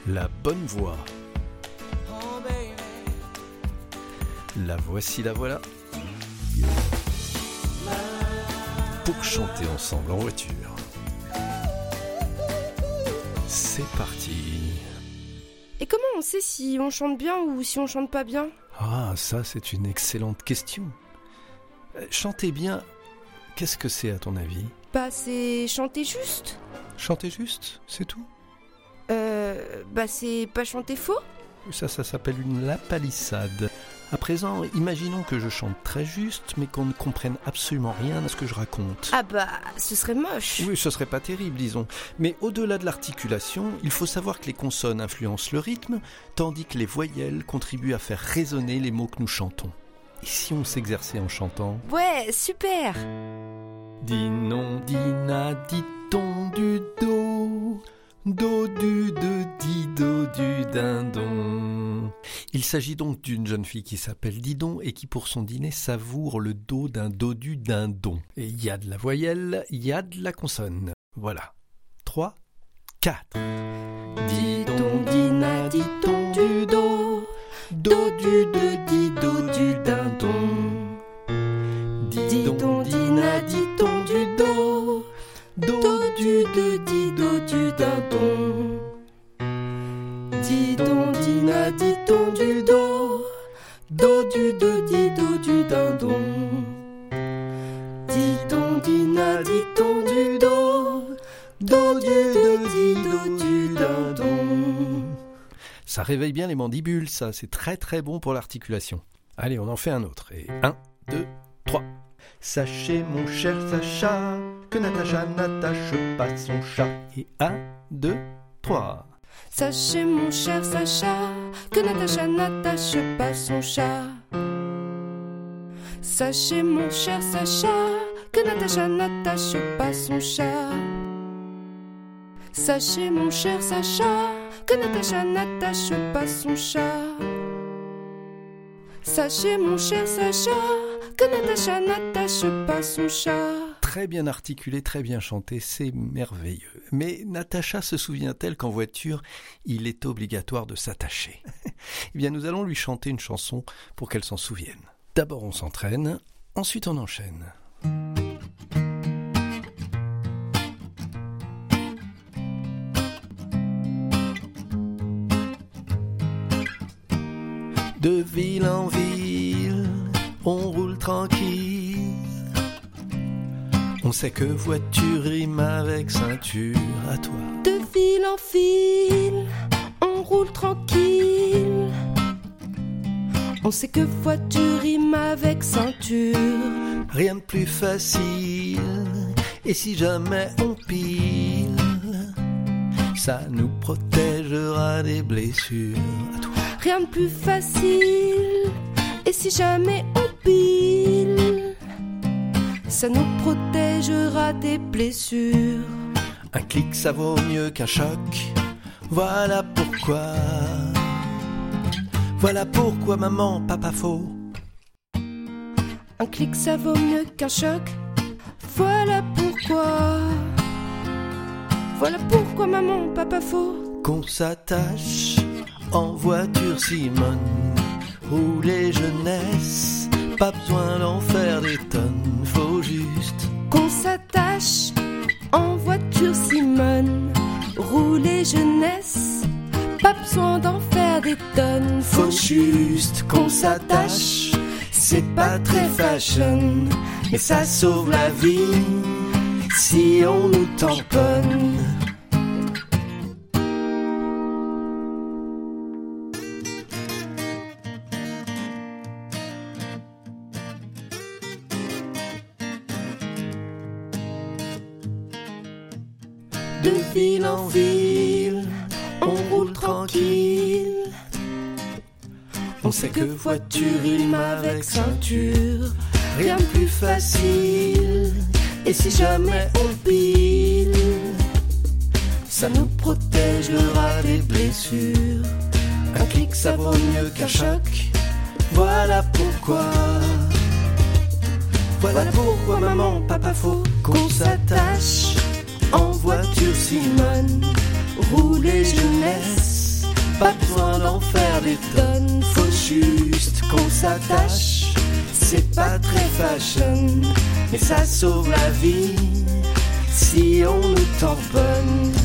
La bonne voix. La voici, la voilà. Pour chanter ensemble en voiture. C'est parti. Et comment on sait si on chante bien ou si on chante pas bien ? Ah, ça c'est une excellente question. Chanter bien, qu'est-ce que c'est à ton avis ? C'est chanter juste. Chanter juste, c'est tout ? C'est pas chanter faux ? Ça s'appelle une lapalissade. À présent, imaginons que je chante très juste, mais qu'on ne comprenne absolument rien à ce que je raconte. Ce serait moche. Oui, ce serait pas terrible, disons. Mais au-delà de l'articulation, il faut savoir que les consonnes influencent le rythme, tandis que les voyelles contribuent à faire résonner les mots que nous chantons. Et si on s'exerçait en chantant ? Ouais, super. Dinon, dina, diton du do, do du de di, do du dindon. Il s'agit donc d'une jeune fille qui s'appelle Didon et qui pour son dîner savoure le do d'un do du dindon. Et il y a de la voyelle, il y a de la consonne. Voilà. 3, 4. Didon, dina, diton du do, do du de di, do du dindon. Didon, dina, diton du do, do du de di, do du dindon. Didon, dina, diton du do, do du de di, do du dindon. Didon, dina, diton du do, do du de di, do du dindon. Ça réveille bien les mandibules, ça, c'est très très bon pour l'articulation. Allez, on en fait un autre. Et 1, 2, 3. Sachez, mon cher Sacha, que Natacha n'attache pas son chat. Et 1, 2, 3. Sachez, mon cher Sacha, que Natacha n'attache pas son chat. Sachez, mon cher Sacha, que Natacha n'attache pas son chat. Sachez, mon cher Sacha, que Natacha n'attache pas son chat. Sachez, mon cher Sacha, que Natacha n'attache pas son chat. Très bien articulé, très bien chanté, c'est merveilleux. Mais Natacha se souvient-elle qu'en voiture, il est obligatoire de s'attacher ? Eh bien, nous allons lui chanter une chanson pour qu'elle s'en souvienne. D'abord, on s'entraîne, ensuite on enchaîne. De ville en ville, on roule tranquille. On sait que voiture rime avec ceinture, à toi. De fil en fil, on roule tranquille. On sait que voiture rime avec ceinture. Rien de plus facile, et si jamais on pile, ça nous protégera des blessures, à toi. Rien de plus facile, et si jamais on pile, ça nous protégera des blessures. Un clic ça vaut mieux qu'un choc. Voilà pourquoi maman, papa faux. Un clic ça vaut mieux qu'un choc. Voilà pourquoi maman, papa faux. Qu'on s'attache en voiture Simone. Rouler jeunesse, pas besoin d'en faire des tonnes. Faut juste qu'on s'attache en voiture Simone. Rouler jeunesse, pas besoin d'en faire des tonnes. Faut juste qu'on s'attache. C'est pas très fashion, mais ça sauve la vie si on nous tamponne. De ville en ville, on roule tranquille. On sait que voiture rime avec ceinture. Rien de plus facile, et si jamais on pile, ça nous protégera des blessures. Un clic ça vaut mieux qu'un choc. Voilà pourquoi maman, papa faut qu'on s'attache en voiture Simone. Rouler jeunesse, Pas besoin d'en faire des tonnes, faut juste qu'on s'attache. C'est pas très fashion, mais ça sauve la vie si on nous tamponne.